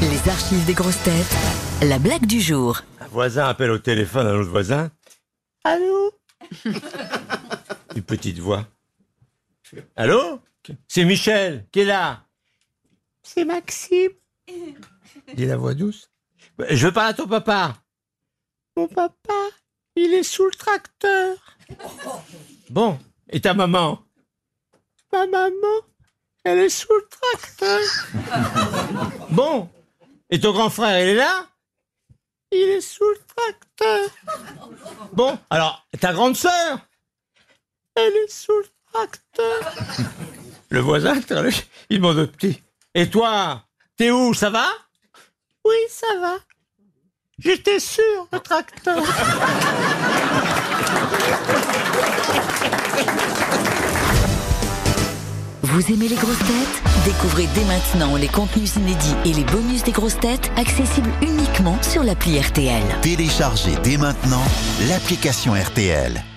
Les archives des grosses têtes, la blague du jour. Un voisin appelle au téléphone un autre voisin. Allô? Une petite voix. Allô? C'est Michel, qui est là? C'est Maxime. Dit la voix douce. Je veux parler à ton papa. Mon papa, il est sous le tracteur. Bon, et ta maman? Ma maman, elle est sous le tracteur. Bon, et ton grand frère, il est là? Il est sous le tracteur. Bon, alors, ta grande sœur? Elle est sous le tracteur. Le voisin, il demande au petit. Et toi, t'es où, ça va? Oui, ça va. J'étais sur le tracteur. Vous aimez les grosses têtes? Découvrez dès maintenant les contenus inédits et les bonus des grosses têtes accessibles uniquement sur l'appli RTL. Téléchargez dès maintenant l'application RTL.